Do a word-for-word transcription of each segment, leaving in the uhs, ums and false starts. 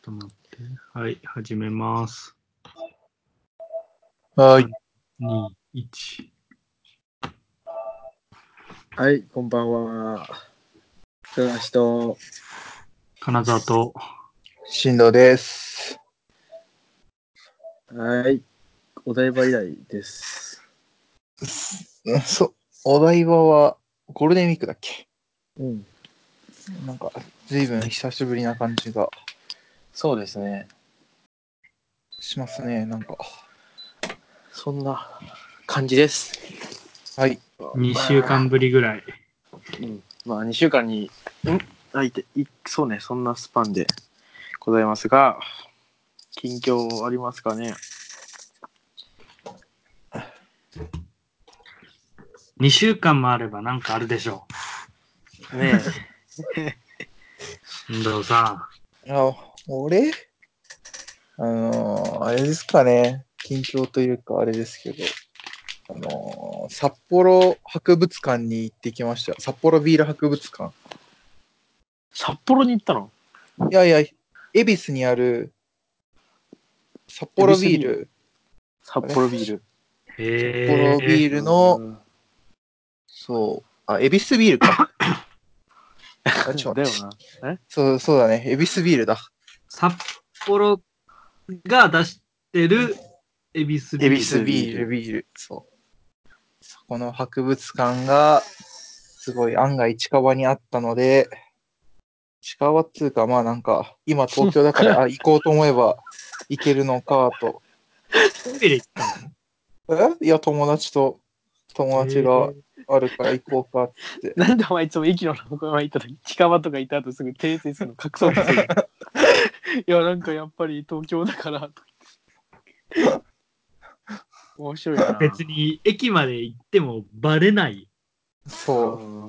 と待って。はい、始めます。 はい。 に、いち。 はい、こんばんは。高橋と金沢と進藤です。 はい、お台場以来です。 そ、お台場はゴールデンウィークだっけ？ うん。 なんか、ずいぶん久しぶりな感じがそうですね。 しますね、なんか。 そんな感じです。 はい。 にしゅうかんぶりぐらい。 うん。まあ、にしゅうかんに、ん空いて、いそうね、そんなスパンでございますが、近況ありますかね？ にしゅうかんもあればなんかあるでしょねう。進藤さあ、俺あのー、あれですかね。近況というか、あれですけど、あのー、札幌博物館に行ってきました。札幌ビール博物館。 札幌に行ったの？ いやいや、恵比寿にある札幌ビール。 札幌ビール。 ん。へ札幌ビールの、そう、あ、恵比寿ビールか。あ、ちょっとだ待って。 よな。えそう、そうだね。恵比寿ビールだ。 札幌が出してる恵比寿恵比ビール。 寿ビール、ビール。そう。そこの博物館が、すごい案外近場にあったので、近場っつうか、まあなんか、今東京だから、あ、行こうと思えば行けるのかと。 一人で行ったの？ えいや、友達と、友達があるから行こうかっつって。 なんでお前いつも駅の横まで行った時近場とか行った後すぐ訂正するの隠そうとするいやなんかやっぱり東京だから面白いな。 別に駅まで行ってもバレない。 そう。 うん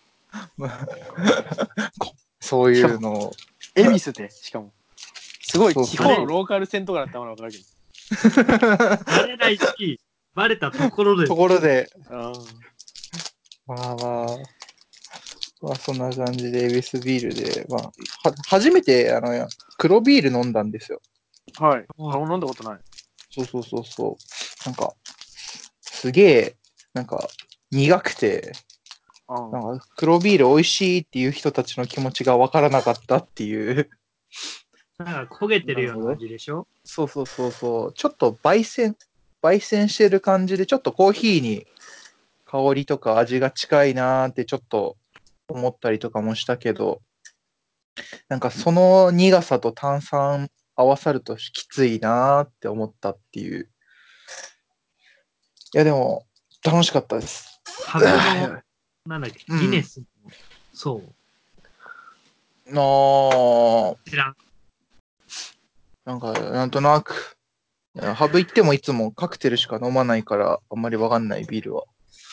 そういうのを。 恵比寿でしかもすごいそうそう地方のローカル線とかだったら分かるけどバレないし、バレたところで。 ところで、 あまあまあ、まあ、そんな感じで、恵比寿ビールで、まあ、は初めて、あの、黒ビール飲んだんですよ。 はいあ飲んだことない。 そうそうそうそう。なんか、すげえ、なんか、苦くて、 あなんか、黒ビール美味しいっていう人たちの気持ちがわからなかったっていう。 なんか焦げてるような味でしょ？ そうそうそうそう。ちょっと焙煎、焙煎してる感じで、ちょっとコーヒーに香りとか味が近いなーってちょっと思ったりとかもしたけど、なんかその苦さと炭酸合わさるときついなーって思ったっていう。いやでも、楽しかったです。 箱の、なんだっけ、ギネスの、そう。 なー、 知らん。 なんか、なんとなく、ハブ行ってもいつもカクテルしか飲まないから、あんまりわかんないビールは。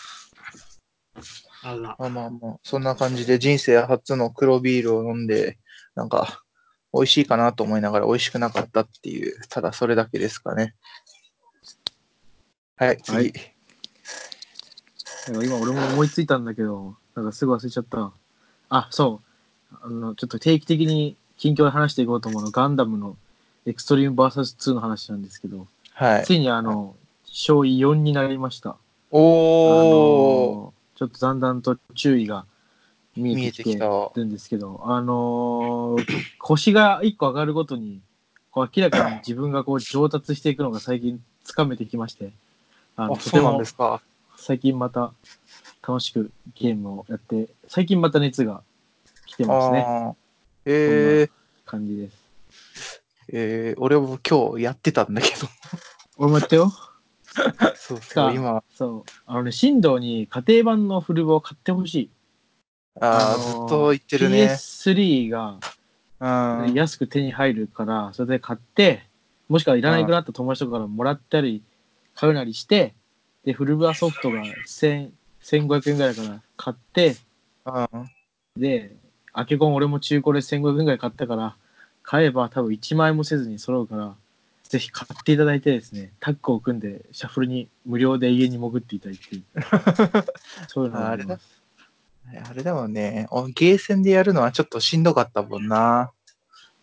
あら。 まあまあまあ、そんな感じで人生初の黒ビールを飲んで、なんか、美味しいかなと思いながら美味しくなかったっていう、ただそれだけですかね。はい、次。 はいなんか今俺も思いついたんだけどなんかすぐ忘れちゃった。あそうあのちょっと定期的に近況で話していこうと思うのガンダムのエクストリーム ブイエスツー の話なんですけどはい。 ついにあの小よんになりました。あおー、 のちょっとだんだんと注意が見え見えてきててきた。 るんですけど、あのー腰がいっこ上がるごとにこう明らかに自分がこう上達していくのが最近つかめてきまして、あのあ、そうなんでとてもすか。 最近また楽しくゲームをやって最近また熱が来てますね。 ああ、 そんなえー、 感じです。 えー、俺も今日やってたんだけど。 俺もやったよ。 そうそう、 つか今、 そうあのね進藤に家庭版のフルボを買ってほしい。ああーずっとの言ってるピーエね。 ススリー がうん、うん、 安く手に入るからそれで買ってもしくはいらないくなった友達とかからもらったり買うなりしてでフルブラソフトがせん せんごひゃくえんぐらいだから買ってうん。 でアケコン俺も中古でせんごひゃくえんぐらい買ったから買えば多分いちまん円もせずに揃うからぜひ買っていただいてですねタッグを組んでシャッフルに無料で家に潜っていただいてそういうのがああれだ、 ります。 あれだもんね。おゲーセンでやるのはちょっとしんどかったもんな。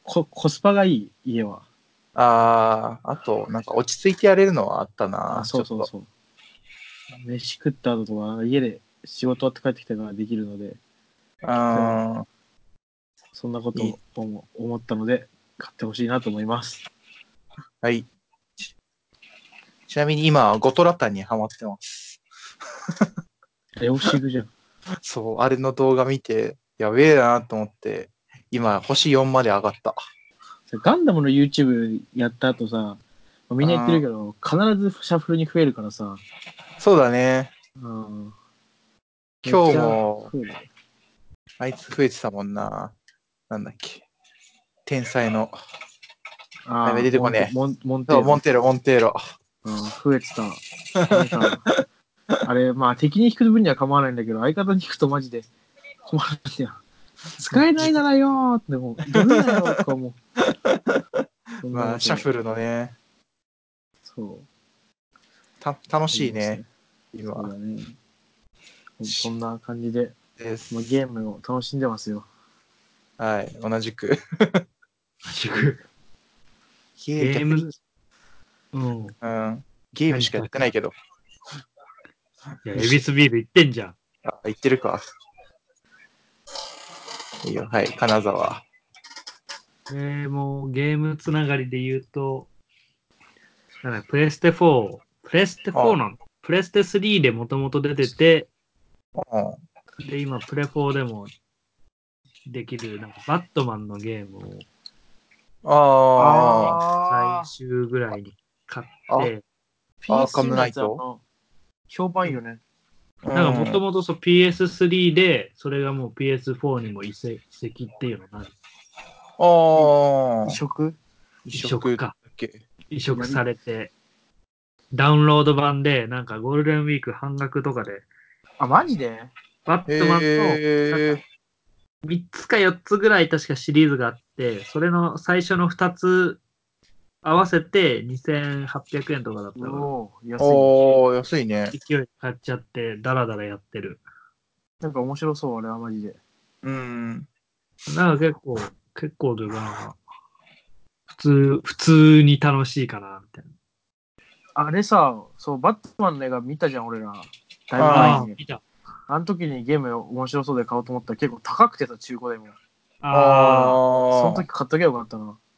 ココスパがいい、家は。 ああ、あと、なんか落ち着いてやれるのはあったな。 あ、そうそうそう。飯食った後とか、家で仕事終わって帰ってきたからできるので、 ちょっと。ああ、 そんなこといいを思思ったので、買ってほしいなと思います。 はい。ちちなみに今、ゴトラタンにハマってます。 レオシグじゃん。 そう、あれの動画見て、やべえなと思って、今、星よんまで上がった。 ガンダムの YouTube やった後さ、みんな言ってるけど、必ずシャッフルに増えるからさ、 そうだね。 うん、 今日も、 めっちゃ増える。 あいつ増えてたもんな。なんだっけ。天才の。 ああ、 やべ出てこねえモンテモンモンテそう、 ーロ。 モンテロ、モンテロ。 うん、増えてた。なんか、あれ、まあ敵に引く分には構わないんだけど、相方に引くとマジで困るんだよ。使えないならよーって、もう、どれだよとかもう。 まあ、シャッフルのね。 そう。 た、楽しいね。 ありますね。そう今。 だね。そんな感じで、 です。 まあ、ゲームを楽しんでますよ。 はい、同じく。 ゲーム、うん。 うん。ゲームしかやってないけど。 いや、エビスビール行ってんじゃん。 あ、言ってるか。いいよ、はい、金沢。 えー、もうゲームつながりで言うと、なんだプレステフォー、プレステフォーなのプレステスリーでもともと出てて、 うん。 で、今、プレフォーでもできる、なんか、バットマンのゲームをああ最終ぐらいに買っあて、 アーカムピーエススリー のやつ、あナイトの、評判いいよね。 あ。 なんか、もとももとそう ピーエススリー で、それがもう ピーエスフォー にも移籍移籍っていうのがああ。 移植移移植だ植か。 っけ。 移植されて、ダウンロード版で、なんかゴールデンウィーク半額とかで、 あ、マジでバットマンのへえ。 みっつかよっつぐらい確かシリーズがあって、それの最初のふたつ合わせてにせんはっぴゃくえんとかだったから、 おー、安い。 おー、安いね。 勢いで買っちゃって、ダラダラやってる。 なんか面白そう、あれはマジで。 うん。 なんか結構、結構というかなんか、普通、普通に楽しいかな、みたいな。 あれさ、そう、バットマンの映画見たじゃん、俺ら。だいぶ前あに。 見た。 あの時にゲーム面白そうで買おうと思ったら結構高くてさ、中古でも。 あ。 ああ、 そのああ。 時買っときゃよかったな。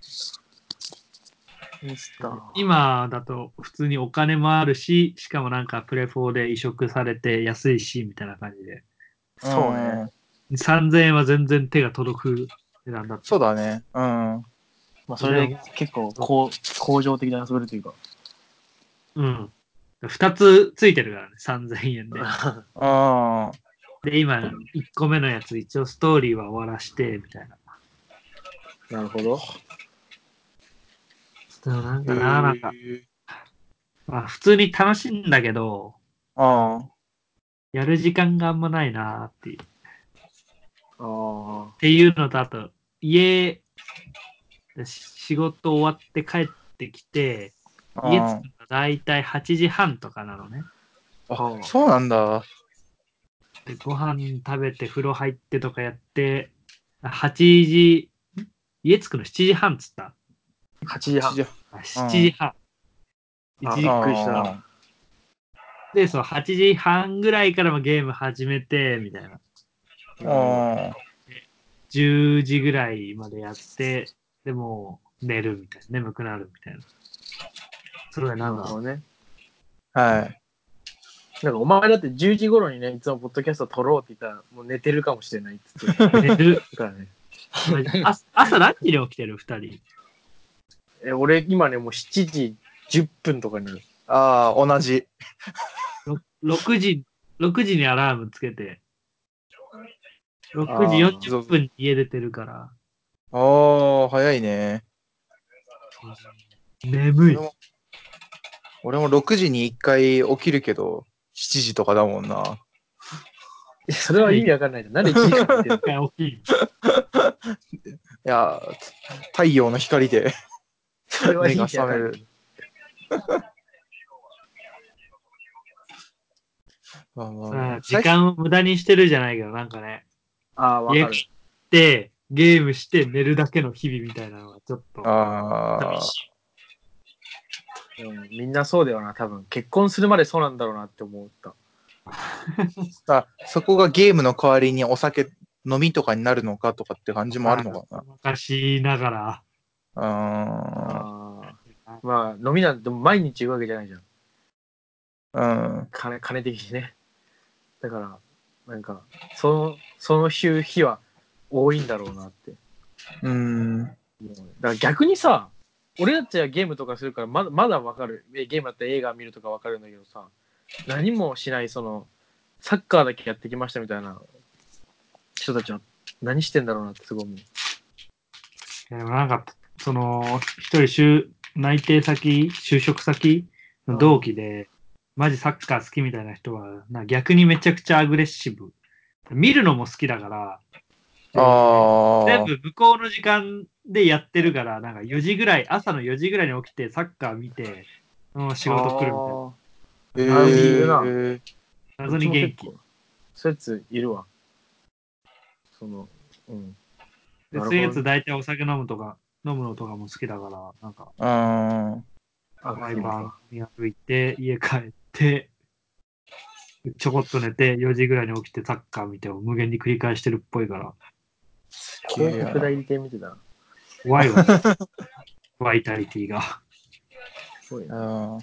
ミスター。 今だと普通にお金もあるし、しかもなんかプレフォーで移植されて安いし、みたいな感じで。 そうね。 さんぜんえんは全然手が届く値段だった。 そうだね。うん。 まあ、それで結構こう向上的な遊べるというか。 うん。ふたつついてるからね、さんぜんえんで。 ああ。 で、今、いっこめのやつ、一応ストーリーは終わらして、みたいな。 なるほど。 でもなんへかな、なんか、 え。 まあ、普通に楽しいんだけど、 ああ。 やる時間があんまないなっていう。っあていうのと、あと、家、仕事終わって帰ってきて、家着あくのだいたいはちじはんとかなのね。 あ。 あ。 あ、そうなんだ。 で、ご飯食べて風呂入ってとかやって、はちじ、家着くのしちじはんっつった。 はちじはん。 じゃ。 あしちじはん。 あ、 1 びっ時くりした。 あで、そう、はちじはんぐらいからもゲーム始めて、みたいな。 あ。ああ。 じゅうじぐらいまでやって、でもう寝るみたいな。眠くなるみたいな。それがなんか、 なるほどね。 はい。 なんかお前だってじゅうじ頃にね、いつもポッドキャスト撮ろうって言ったら、もう寝てるかもしれないっつって。 寝る。 だからね。 あ朝何時に起きてる二人。 え、俺今ね、もうしちじじゅっぷんとかになる。 ああ、同じ。 ろくじ、ろくじにアラームつけて、ろくじあ 40 そう分に家出てるから、 ああ、早いね。 眠い。 俺も、俺もろくじにいっかい起きるけど、しちじとかだもんな。 あ。それは意味わかんないじゃん。なんでいちじかん寝てる一回起きる。 いや、太陽の光でそれは意目が味わかんない。 覚める。まあまあまあさあ時間を無駄にしてるじゃないけど、なんかね、 ああ、わかる。 家帰って、 ゲームして寝るだけの日々みたいなのがちょっとああ。 寂しい。 うん、みんなそうだよな、多分。結婚するまでそうなんだろうなって思った。 あ、そこがゲームの代わりにお酒飲みとかになるのかとかって感じもあるのかな。 昔ながら。 あああ。まあ、飲みなんて毎日言うわけじゃないじゃん。 あ。うん。 金、金的にね。だから、なんか、その、その日日は多いんだろうなって。 うん。 だから逆にさ、俺たちはゲームとかするからまだまだわかる。えゲームだったら映画見るとかわかるんだけどさ、何もしない、その、サッカーだけやってきましたみたいな人たちは何してんだろうなってすごい思う。 でもなんか、その、一人就、内定先、就職先の同期で、マジサッカー好きみたいな人は、な逆にめちゃくちゃアグレッシブ。見るのも好きだから、で全ああ。 部向こうの時間でやってるから、なんかよじぐらい、朝のよじぐらいに起きてサッカー見て、うん、仕事来るみたいな。 えなるほどいるなー。 謎に元気。 そういうやついるわ。その、うん。 で、そういうやつ大体お酒飲むとか、飲むのとかも好きだから、なんか、 ああ、 毎晩そうか。 見歩いて、家帰って、ちょこっと寝て、よじぐらいに起きてサッカー見てを無限に繰り返してるっぽいから、 広告代理店見てた。 怖いわ、バイタリティが。 すごいね。 あ。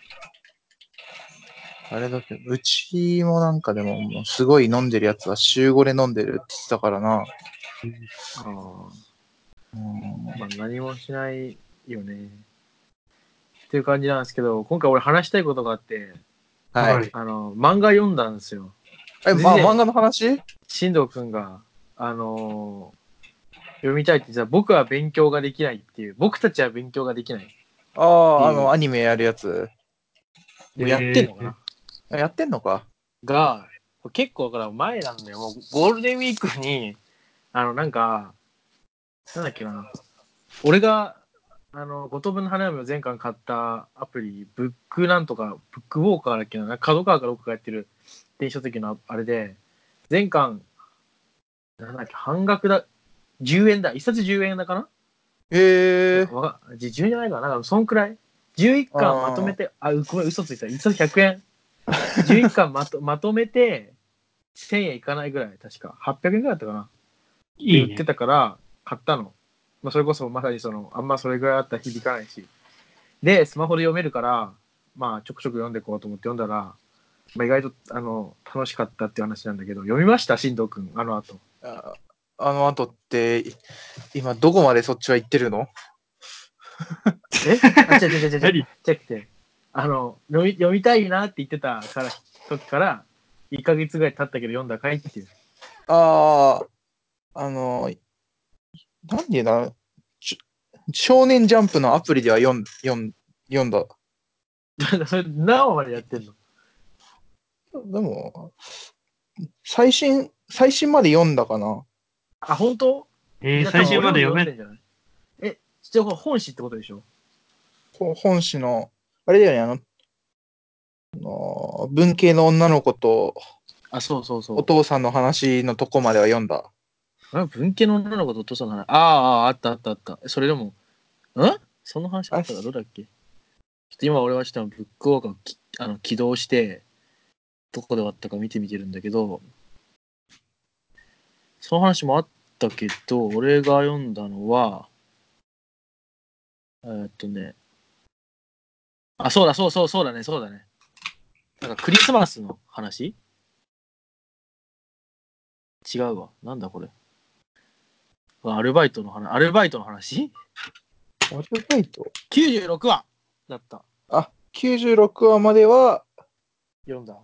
あれだけど、うちもなんかでも、もうすごい飲んでるやつは週ごで飲んでるって言ってたからな。 ああ。 うんまあ何もしないよね。っていう感じなんですけど、今回俺話したいことがあって、 はい。 はい。 あの、漫画読んだんですよ。 え、まあ、漫画の話進藤くんが、あのー読みたいって言ってた僕は勉強ができないっていう、僕たちは勉強ができないっああ、あていう、 の、アニメやるやつ。 もうやってんのかな、 えやってんのか。 が、結構だから前なんだよ。もうゴールデンウィークに、あの、なんか、なんだっけな。俺が、あの、五等分の花嫁を前回買ったアプリ、ブックなんとか、ブックウォーカーだっけな、角川かどっかがやってる電子書籍のあれで、全巻、なんだっけ、半額だ、じゅうえんだ、一冊じゅうえんだかな、 へえ。 わかじじゅうえんじゃないかな、なんかそんくらい ?じゅういっ 巻まとめて、あ、ごめん、嘘ついた。一冊ひゃくえん。じゅういっかんまとまとめて、せんえんいかないぐらい、確か。はっぴゃくえんぐらいだったかな。っていいね。 売ってたから、買ったの。まあ、それこそまさにその、あんまそれぐらいあったら響かないし。で、スマホで読めるから、まあ、ちょくちょく読んでいこうと思って読んだら、まあ、意外と、あの、楽しかったっていう話なんだけど、読みました進藤くん、あの後。 ああの後って、今どこまでそっちは行ってるの？ えあ、違う違う違う違う。 何違くて、あの、読み読みたいなって言ってたから時から、いっかげつぐらい経ったけど読んだかいっていう。 ああ、あの、なんでな、ち少年ジャンプのアプリでは読ん読ん読んだ。 それ何話までやってんの？ でも、最新、最新まで読んだかな。 あ、本当？ えー、 じゃあ多最分俺より新まで読め、 読んでんじゃない？え、じゃあ本誌ってことでしょ？ ほ本誌の、あれだよね、あの、あの文系の女の子とあ、そうそうそう。 お父さんの話のとこまでは読んだ。 あれ文系の女の子とお父さんの話。ああ、ああったあったあった。それでも、んその話ああったかどうだっけ？ちょっと今俺はちょっとブックウォーカーをきあの起動して、どこで終わったか見てみてるんだけど、その話もあったけど、俺が読んだのは、えーっとね、あ、そうだ、そうそう、そうだね、そうだね。なんかクリスマスの話？違うわ。なんだこれ。アルバイトの話、アルバイトの話アルバイト ?きゅうじゅうろく 話だった。 あ、きゅうじゅうろくわまでは、 読んだ。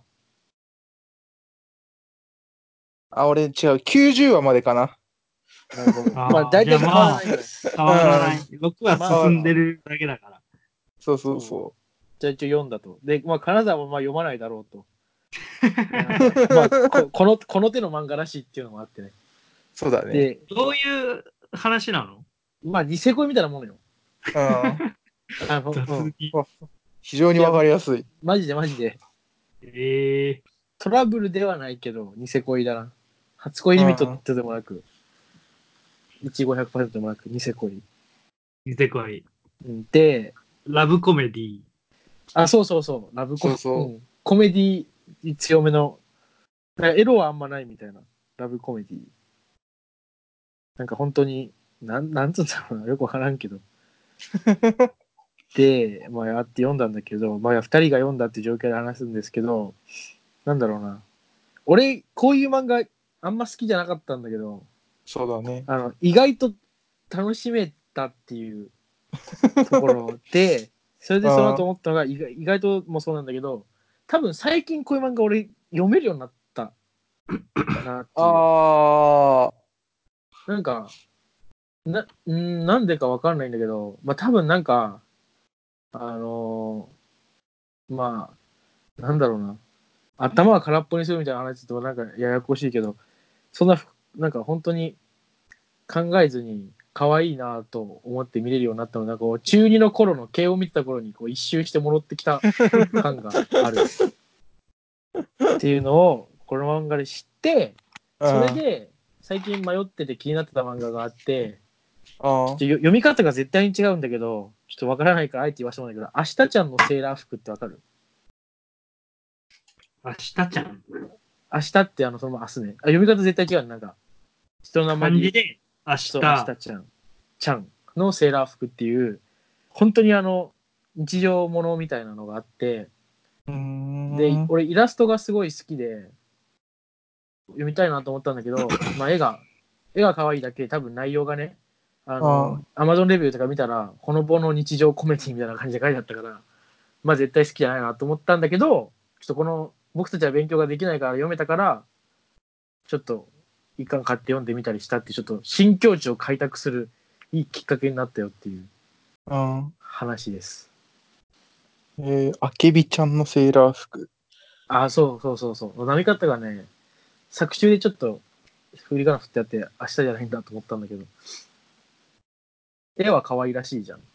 あ、俺違う、きゅうじゅうわまでかな。 なるほど。まあ、 ああ、 大体変じゃあまあ、 わらないぐらい。 変わらうん、 ない。ろくは進んでるだけだから。 そうそうそそじゃあ一応読んだと。で、まあ、金沢もまあ読まないだろうと。まあこ、この、この手の漫画らしいっていうのもあってね。 う。そうだね。 で、 どういう話なの？ まあ、ニセ恋みたいなものよ。 うん。 あの、 雑うん。 に。 わ非常にわかりやすい。 マジでマジで。 ええトラブルではないけど、ニセ恋だな。初恋リミットうん。 ってでもなく。 いちごひゃくパーセント でもなくニセ恋。 ニセ恋。 うんで、 ラブコメディ。 あ、そうそうそう、ラブコそうそううんコメディ強めの、なんかエロはあんまないみたいな、ラブコメディ。なんか本当に、なん、なんつうんだろうな、よくわからんけど。で、まあ、やって読んだんだけど、まあ、二人が読んだって状況で話すんですけど、なんだろうな。俺、こういう漫画あんま好きじゃなかったんだけど、 そうだね。 あの、意外と楽しめたっていうところで、それでその後思ったのが意外、意外ともそうなんだけど、多分最近こういう漫画俺読めるようになったなっていう。 ああ、 なんか、な、んなんでかわかんないんだけど、まあ多分なんか、あのーまあ、なんだろうな。頭は空っぽにするみたいな話となんかややこしいけど、そんな、なんか本当に考えずに可愛いなと思って見れるようになったのが、こう中二の頃の慶応を見てた頃にこう一周して戻ってきた感があるっていうのをこの漫画で知って、それで最近迷ってて気になってた漫画があって、 あちょっと読み方が絶対に違うんだけど、ちょっとわからないからあえて言わせてもらうんだけど、明日ちゃんのセーラー服ってわかる？ 明日ちゃん。 明日ってあのそのまま明日ね。あ、読み方絶対違うね。なんか人の名前で漢字で明そう、明日。 日ちゃん、ちゃんのセーラー服っていう、本当にあの、日常ものみたいなのがあって、 うーで、 ん。 俺イラストがすごい好きで、読みたいなと思ったんだけど、まあ絵が、絵が可愛いだけ、多分内容がね、あの、アマゾンレビューとか見たら、ほのぼの日常コメディみたいな感じで書いてあったから、まあ絶対好きじゃないなと思ったんだけど、ちょっとこの、僕たちは勉強ができないから読めたから、ちょっと一巻買って読んでみたりしたって、ちょっと新境地を開拓するいいきっかけになったよっていううん話です。 えー、あけびちゃんのセーラー服。 あ、そうそうそうそう。読み方がね、作中でちょっと振り仮名振ってあって、明日じゃないんだと思ったんだけど、絵は可愛らしいじゃん。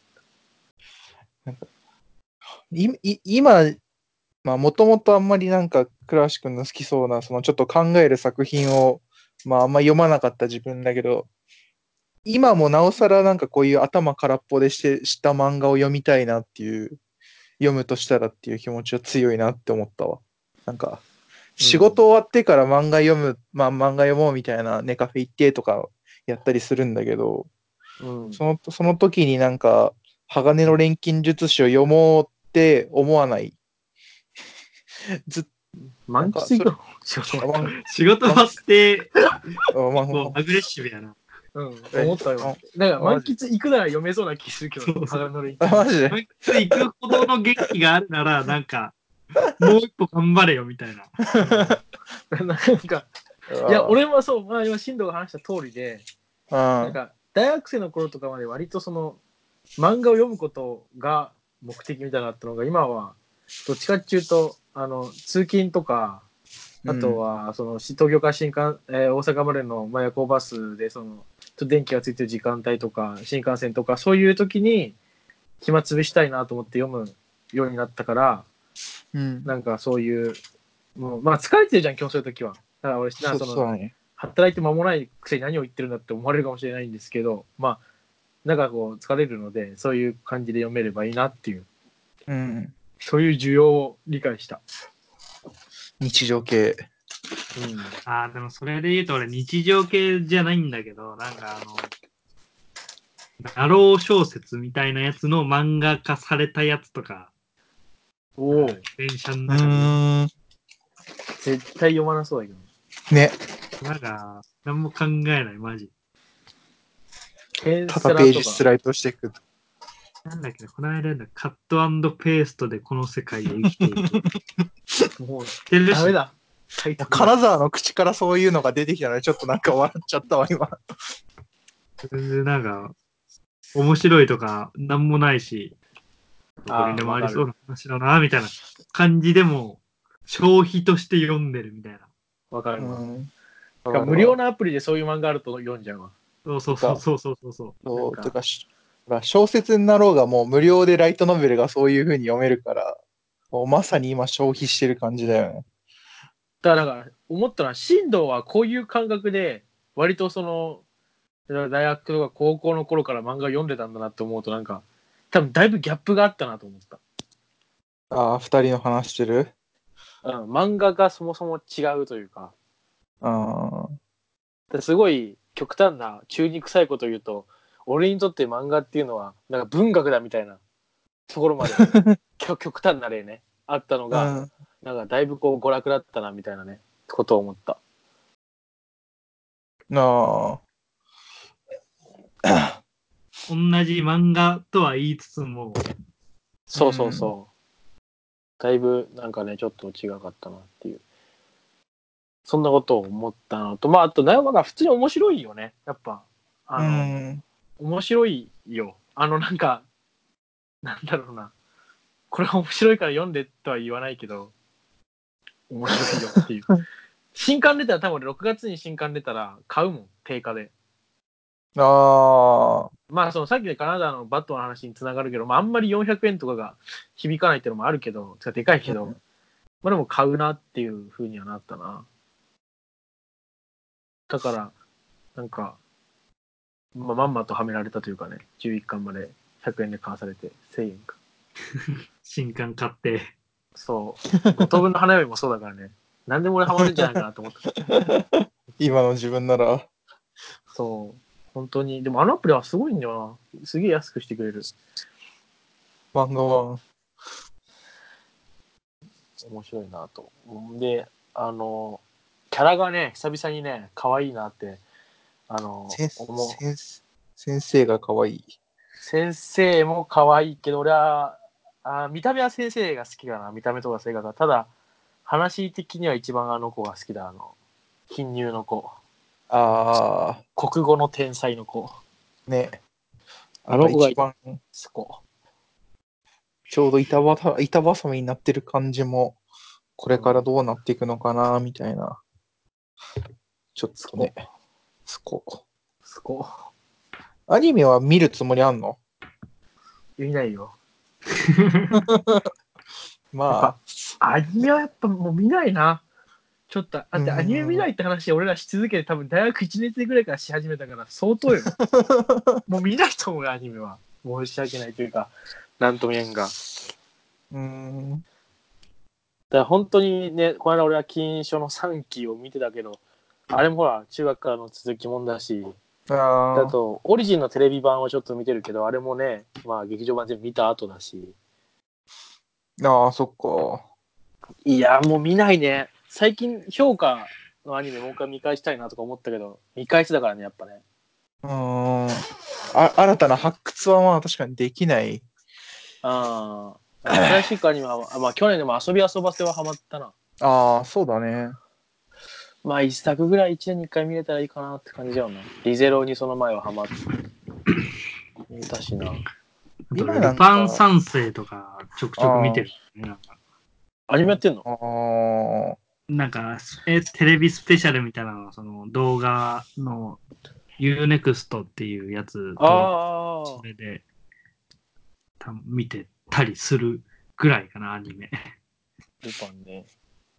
いい今、まあ、もともとあんまりなんか、倉橋くんの好きそうな、そのちょっと考える作品を、まあ、あんま読まなかった自分だけど、今もなおさらなんかこういう頭空っぽでしてした漫画を読みたいなっていう、読むとしたらっていう気持ちは強いなって思ったわ。なんか、仕事終わってから漫画読む、まあ漫画読もうみたいなネカフェ行ってとかやったりするんだけど、 うん。 その、その時になんか、鋼の錬金術師を読もうって思わない。ずっなん満か、それ、 喫行くの仕事あまあ仕事終わって、 あまあ結構アグレッシブやな。 うん、 え思ったよ。 あだから満あマジ喫行くなら読めそうな気するけどね、 そうそう鋼の錬あ、 金マジで満喫行くほどの元気があるなら、なんか、もう一歩頑張れよみたいな。 うんなんか、いや、俺もそう、まあ今、進藤が話した通りで、なんうん。 か、大学生の頃とかまで割とその、漫画を読むことが目的みたいなのあったのが、今は、どっちかっていうと、あの、通勤とか、あとは、その、し東京から新幹、えー大阪までの、まあ、夜行バスで、その、ちょっと電気がついてる時間帯とか、新幹線とか、そういう時に、暇つぶしたいなと思って読むようになったから、 うん。 なんかそういう、もう、まあ疲れてるじゃん、今日そういう時は。だから俺、なんそうかその、 そうだね。 働いて間もないくせに何を言ってるんだって思われるかもしれないんですけど、まあ、なんかこう、疲れるので、そういう感じで読めればいいなっていう、 うん。 そういう需要を理解した。 日常系。 うん。 ああ、でもそれで言うと俺日常系じゃないんだけど、なんかあの、ナロー小説みたいなやつの漫画化されたやつとか、 おお、 電車のう中で、 ーん。 絶対読まなそうだけど。 ね。 なんか、何も考えない、マジ。 ケンただペーセラとか。 ジスライドしていく。 なんだっけど、この間のカットペーストでこの世界を生きている。 もう、 知ってるし、 ダメだ。タイトルが。 金沢の口からそういうのが出てきたので、ちょっとなんか笑っちゃったわ、今。 全然なんか、面白いとか、なんもないし、どこにでもありそうな話だな、みたいな感じでも、消費として読んでるみたいな。 うわかるわ。 ん。 てか無料なアプリでそういう漫画あると読んじゃうわ。 そうそうそうそうそうそうそう。 そう、 なんかてか、し小説になろうがもう無料でライトノベルがそういう風に読めるから、もうまさに今消費してる感じだよね。 だから、なんか思ったのは、進藤はこういう感覚で、割とその、 大学とか高校の頃から漫画読んでたんだなって思うとなんか、多分だいぶギャップがあったなと思った。 ああ、二人の話してる。 うん、漫画がそもそも違うというか、 あすごい極端な中に臭いことを言うと、俺にとって漫画っていうのはなんか文学だみたいなところまで極端な例ねあったのあ、 が、 うん。 なんかだいぶこう娯楽だったなみたいなねことを思った。 なあ。 同じ漫画とは言いつつも、 そうそうそう。だいぶなんかねちょっと違かったなっていう。そんなことを思ったのと、まああとナヨマが普通に面白いよね。やっぱあうの、 ん。 面白いよ。あのなんかなんだろうな。これ面白いから読んでとは言わないけど、面白いよっていう。新刊出たら多分俺ろくがつに新刊出たら買うもん、定価で。 ああ、 まあそのさっきでカナダのバットの話につながるけど、まああんまりよんひゃくえんとかが響かないっていうのもあるけど、つかでかいけど、 うんまあでも買うなっていう風にはなったな。だから、なんか、まあ、まんまとはめられたというかね、じゅういっかんまでひゃくえんで買わされてせんえんか。 新刊買って。 そう。五等分の花嫁もそうだからね。何でも俺ハマるんじゃないかなと思った。 今の自分なら。 そう。本当に。でもあのアプリはすごいんだよな。すげえ安くしてくれる。 漫画は。 面白いなと。で、あの、キャラがね、久々にね、可愛いなって、あの、 先思う。 先先生が可愛い。 先生も可愛いけど、俺は、あ見た目は先生が好きかな。見た目とか性格が。ただ、話的には一番あの子が好きだ。あの、貧乳の子。 ああ、 国語の天才の子。 ね。 あの子が一番そこ。 ちょうど板ばた板挟みになってる感じも、これからどうなっていくのかな、みたいな。ちょっとね、そこ。 そこ。 アニメは見るつもりあんの？ 見ないよ。 まあ、 アニメはやっぱもう見ないな。ちょっと、だうってアニメ見ないん。 って話俺らし続けて多分大学いちねん生ぐらいからし始めたから相当よ。もう見ないと思うよ、アニメは。申し訳ないというか、なんとも言えんが。だかうん。 ら本当にね、この間俺は金書のさんきを見てたけど、あれもほら、中学からの続きもんだし、ああと、オリジンのテレビ版をちょっと見てるけど、あれもね、まあ劇場版全部見た後だし。 あ、ああ、そっか。 いや、もう見ないね。最近評価のアニメもう一回見返したいなとか思ったけど、見返しだからね、やっぱね。 うん。あ、新たな発掘はまあ確かにできない。 ああ、クラシックアニメは、まあ去年でも遊び遊ばせはハマったな。 ああ、そうだね。 まあ一作ぐらい一年に一回見れたらいいかなって感じだよな。リゼロにその前はハマったしな。 あとル今なんか、 パン三世とかちょくちょく見てる、ね。なんか、 アニメやってんの？ ああ、 なんかえテレビスペシャルみたいなの、その動画の ユーネクスト っていうやつと、 ああ、 それでた見てたりするぐらいかな、アニメ。 ルパンね。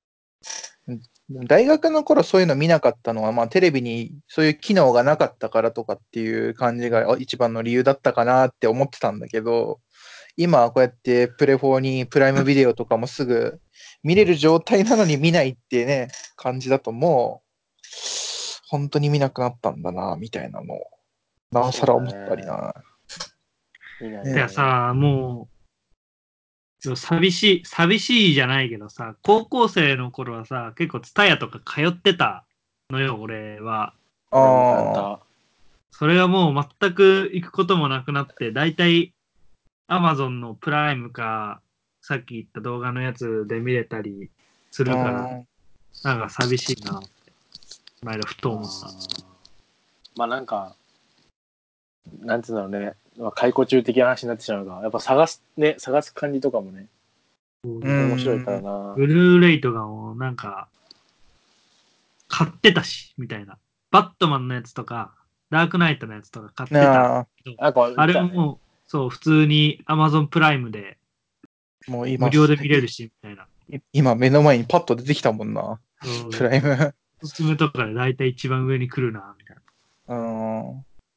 大学の頃そういうの見なかったのは、まあテレビにそういう機能がなかったからとかっていう感じが一番の理由だったかなって思ってたんだけど、今はこうやってプレフォーにプライムビデオとかもすぐ見れる状態なのに見ないってね、感じだともう、本当に見なくなったんだな、みたいなのを、なおさら思ったりな。 見ないねでさ、もう、寂しい、寂しいじゃないけどさ、高校生の頃はさ、結構ツタヤとか通ってたのよ、俺は。 俺も通っああ、 た。 それがもう全く行くこともなくなって、だいたい Amazon のプライムか、さっき言った動画のやつで見れたりすうるから、 ん、 なんか寂しいなって、前らふと思った。 まあなんか、なんつうんだろうね。まあ、解雇中的な話になってしまうが、やっぱ探す、ね、探す感じとかもね、 う面白いからん、 な。 ブルーレイとかもなんか買ってたし、みたいな。バットマンのやつとか、ダークナイトのやつとか買ってたなあ、 けど。 あ、これ売あってたね。 れももう、そう、普通に Amazon プライムで無もう今、 料で見れるし、みたいな。 今目の前にパッと出てきたもんな、 そう、 プライム。 おすすめとかで大体一番上に来るな、みたいな。 うん。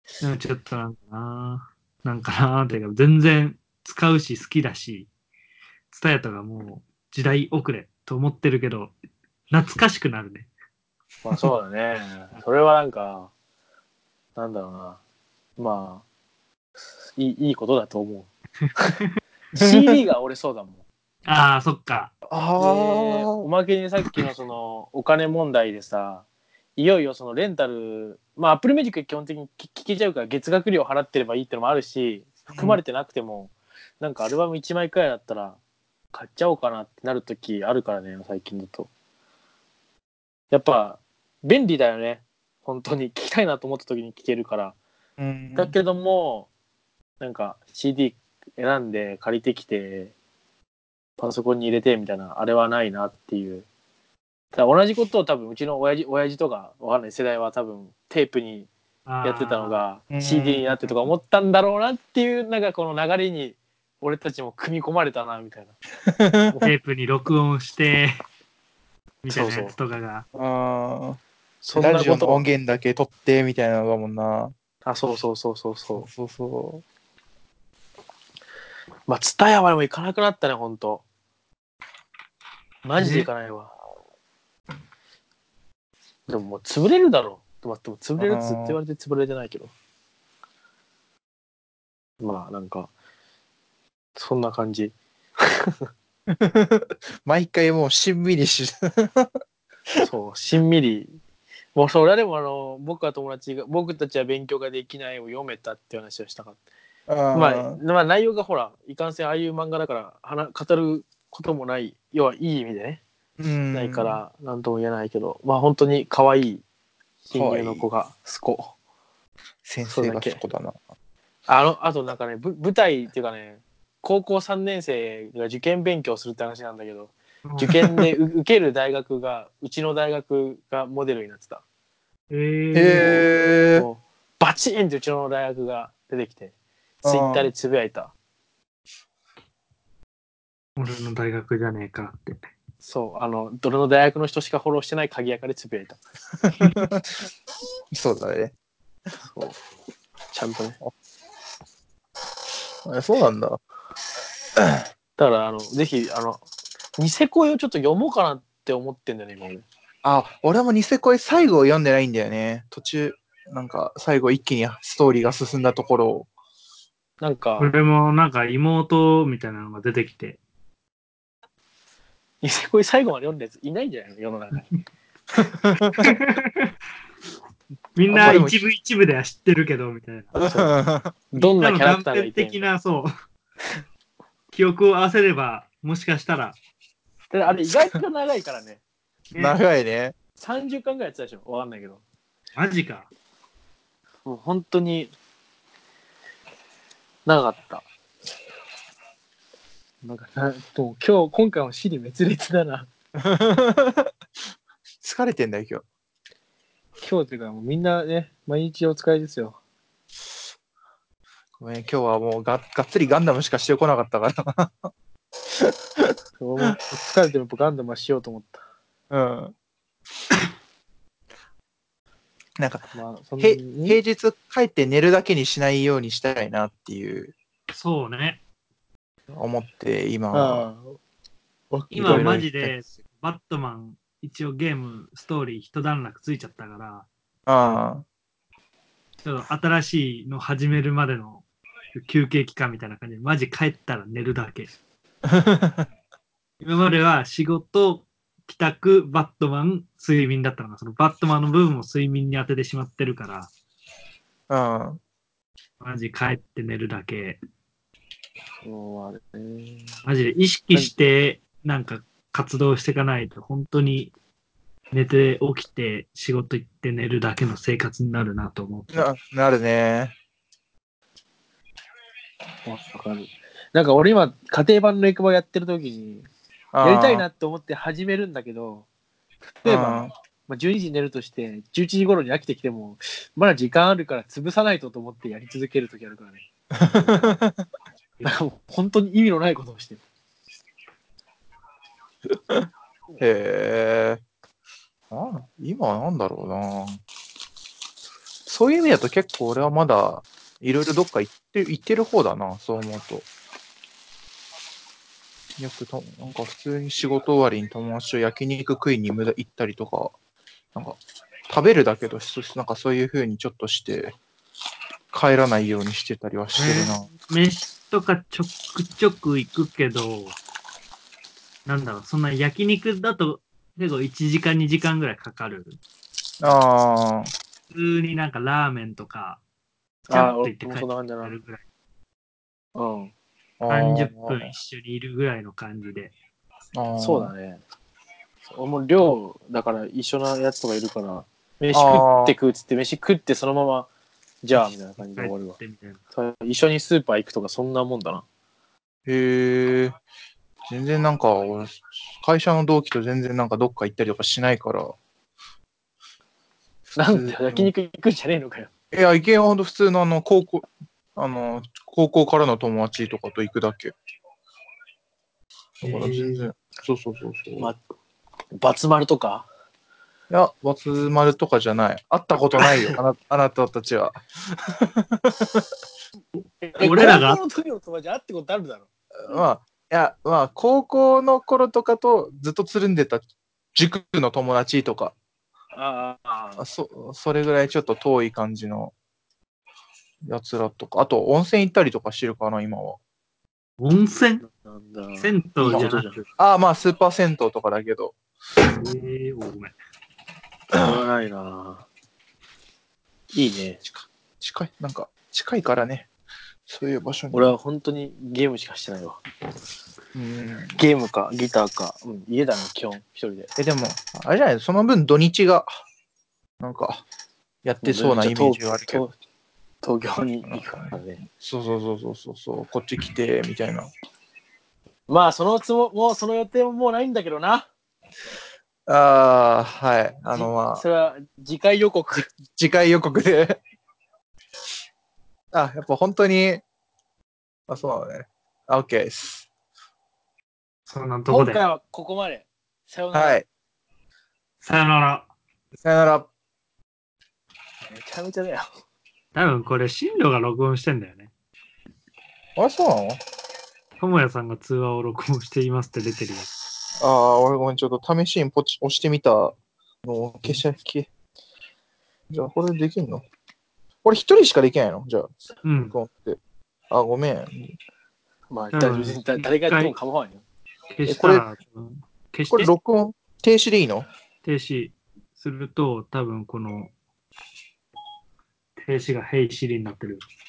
でもちょっとなんかな、なんかなーっていうか、全然使うし好きだし、ツタヤとかもう時代遅れと思ってるけど、懐かしくなるね。 まあそうだね。それはなんか、なんだろうな。まあ、いいいいことだと思う。シーディー が俺そうだもん。 ああ、そっか。 あで、おあ、 まけにさっきのそのお金問題でさ、いよいよそのレンタル、まあ Apple Music 基本的に聞聞けちゃうから月額料払ってればいいってのもあるし、含まれてなくても、なんかアルバムいちまいくらいだったら買っちゃおうかなってなるときあるからね、最近だと。やっぱ便利だよね。本当に聞きたいなと思った時に聞けるから。 うん。 だけども、なんか シーディー 選んで借りてきて、パソコンに入れてみたいな、あれはないなっていう。だ同じことを多分うちの親父親父とかわかんない世代は多分テープにやってたのあがうんシーディー になってとか思ったんだろうなっていう、なんかこの流れに俺たちも組み込まれたなみたいな。 あ、テープに録音して、みたいなやそうそう。 つとかが。 ああ、 そんラジオなことを。 の音源だけ取ってみたいなのだもんな。 あ、そうそうそうそうそそうそうそう。まあ、ツタヤはでも行かなくなったね、ほんと。マジで行かないわ。でももう潰れるだろう。でもでも潰う。 れるっつって言あわれて潰れてないけど。まあなんか、そんな感じ。 ー毎回もうしんみりし、 そう、しんみり。もうそれはでもあの、僕は友達が、僕たちは勉強ができないを読めたっていう話をしたかった。まあ、 あまあ内容がほら、いかんせんああいう漫画だから話、語ることもない、要はいい意味でね、 ーうないかん。 ら、なんとも言えないけど、まあ本当に可愛い新かわいい。 入の子が、スコ。 先生がそそれだけ。 こだな。 あの、あとなんかね、ぶ舞台っていうかね、高校さんねん生が受験勉強するって話なんだけど、受験でう受ける大学が、うちの大学がモデルになってた。 えー、 もう、 へえ。 もうバチーンってうちの大学が出てきて、ツイッターであつぶやいた。 俺の大学じゃねえかって。 そう、あの、どれの大学の人しかフォローしてない鍵垢でつぶやいた。 あ。そうだね。 そう、ちゃんとね。 あそうなんだ。 だから、あの、ぜひ、あの、ニセ恋をちょっと読もうかなって思ってんだよね、今俺。 あ、俺もニセ恋最後を読んでないんだよね。途中、なんか最後一気にストーリーが進んだところを。 なんか、 俺もなんか妹みたいなのが出てきて、 ニセ恋最後まで読んだやついないんじゃないの世の中に。 みんあんまでも、 な一部一部では知ってるけど、みたいな。 そう。 みんなどんなキャラクの断片ターがいて、みたいな。 的な、そう、記憶を合わせれば、もしかしたら、 であれ意外と長いからね。 ね、 長いね。 さんじゅっかんぐらいやってたでしょわかんないけど。 マジか。 もう本当に長かった。なんかな、もう今日、今回も死に滅裂だな。 疲れてんだよ、今日。 今日っていうか、もうみんなね、毎日お疲れですよ。 ごめん、今日はもうががっつりガンダムしかしてこなかったか俺も疲れてるガンダムはしようと思った。 ら。うん。なんか、 まあ、そんへに平日帰って寝るだけにしないようにしたいなっていうそうね。 思って今はああ、わいろいろ今マ言ったりジで、バットマン、一応ゲーム、ストーリー一段落ついちゃったから、 あちょっと新しいの始めるまでの休憩期間みたいな感じで、マジ帰ったら寝るだけ。 あ。 今までは仕事、帰宅、バットマン、睡眠だったのが、そのバットマンの部分を睡眠に当ててしまってるから、 うん。 マジ帰って寝るだけ。 もうあれね。 マジで意識してなんか活動していかないと、本当に寝て起きて仕事行って寝るだけの生活になるなと思ってる。 な、なるね。 わかる。なんか俺今、家庭版のエクバやってる時に、やりたいあなって思って始めるんだけど、例えば、 あ。 まあ、じゅうにじに寝るとしてじゅういちじ頃に飽きてきてもまだ時間あるから潰さないとと思ってやり続ける時あるからね。だからもう本当に意味のないことをしてる。 へえ。あ今なんだろうな。 そういう意味だと結構俺はまだいろいろどっか行って行ってる方だな、そう思うと。よくと、なんか普通に仕事終わりに友達と焼肉食いに無駄行ったりとか、なんか食べるだけど、そなんかそういう風にちょっとして帰らないようにしてたりはしてるな。 飯とかちょくちょく行くけど、なんだろう、そんな焼肉だと結構いちじかんにじかんぐらいかかる。 あ普通になんかラーメンとか、ちゃああ、 っと俺も行って帰ってそんな感じだな。 くるぐらい。 うん。 ーあ 30分ー。 一緒にいるぐらいの感じで。 あーそうだね。俺も寮だから一緒なやつとかいるから、飯食あーって食うっつって飯食ってそのまま、じゃあみたいな感じで帰っ終わるわ。 てみたいな。 そう一緒にスーパー行くとかそんなもんだな。 へえ。全然なんか俺、会社の同期と全然なんかどっか行ったりとかしないから、普なんで通焼肉行くんじゃねえのかよ。 いや、意見はほんと普通のあの、高校、あの、高校からの友達とかと行くだけ。だから全然、そうそうそうそう。 ま、バツ丸とかいや、バツ丸とかじゃない。会ったことないよ、あなあなたたちは。 え、 俺らが高校の時の友達会ってことあるだろ。 まあ、いや、まあ、高校の頃とかとずっとつるんでた塾の友達とか、 ああ、 あそそれぐらいちょっと遠い感じのやつらとか、あと温泉行ったりとかしてるかな、今は。 温泉なんだ。 銭湯じゃなく。 ああ、まあ、スーパー銭湯とかだけど。 ええー、ごめん。 それはないな。いいね。 近い、近い、なんか、近いからね。そういう場所に。 俺は本当にゲームしかしてないわ。 うん。 ゲームかギターか、うん、家だね、基本、一人で。 え、でも、あれじゃないその分土日が、なんか、やってそうなイメージがあるけど。 東東京に行くからね。 そうそうそうそうそうそう、こっち来て、みたいな。 まあ、そのつも、もうその予定ももうないんだけどな。 ああ、はい。あの、まあ、 それは次回予告。 じ次回予告であ、やっぱ本当に、あ、そうだね。あ、OK です。 そんなとこで。 今回はここまで。さようなら。 はい。 さよなら。 さよなら。 めちゃめちゃだよ。 多分これ、進路が録音してんだよね。 あれ、そうなのともやさんが通話を録音していますって出てるよ。 ああ、俺ごめん、ちょっと試しにポチ押してみたのを消し消じゃあ、これできんのこれ一人しかできないのじゃあ、 うん。 録音って。あ、ごめん。 まあ、 多分大丈夫です。だ誰がやっても構わんよ。 消したら、うん消しこれて録音停止でいいの停止すると、多分この停止がヘイシリになってる。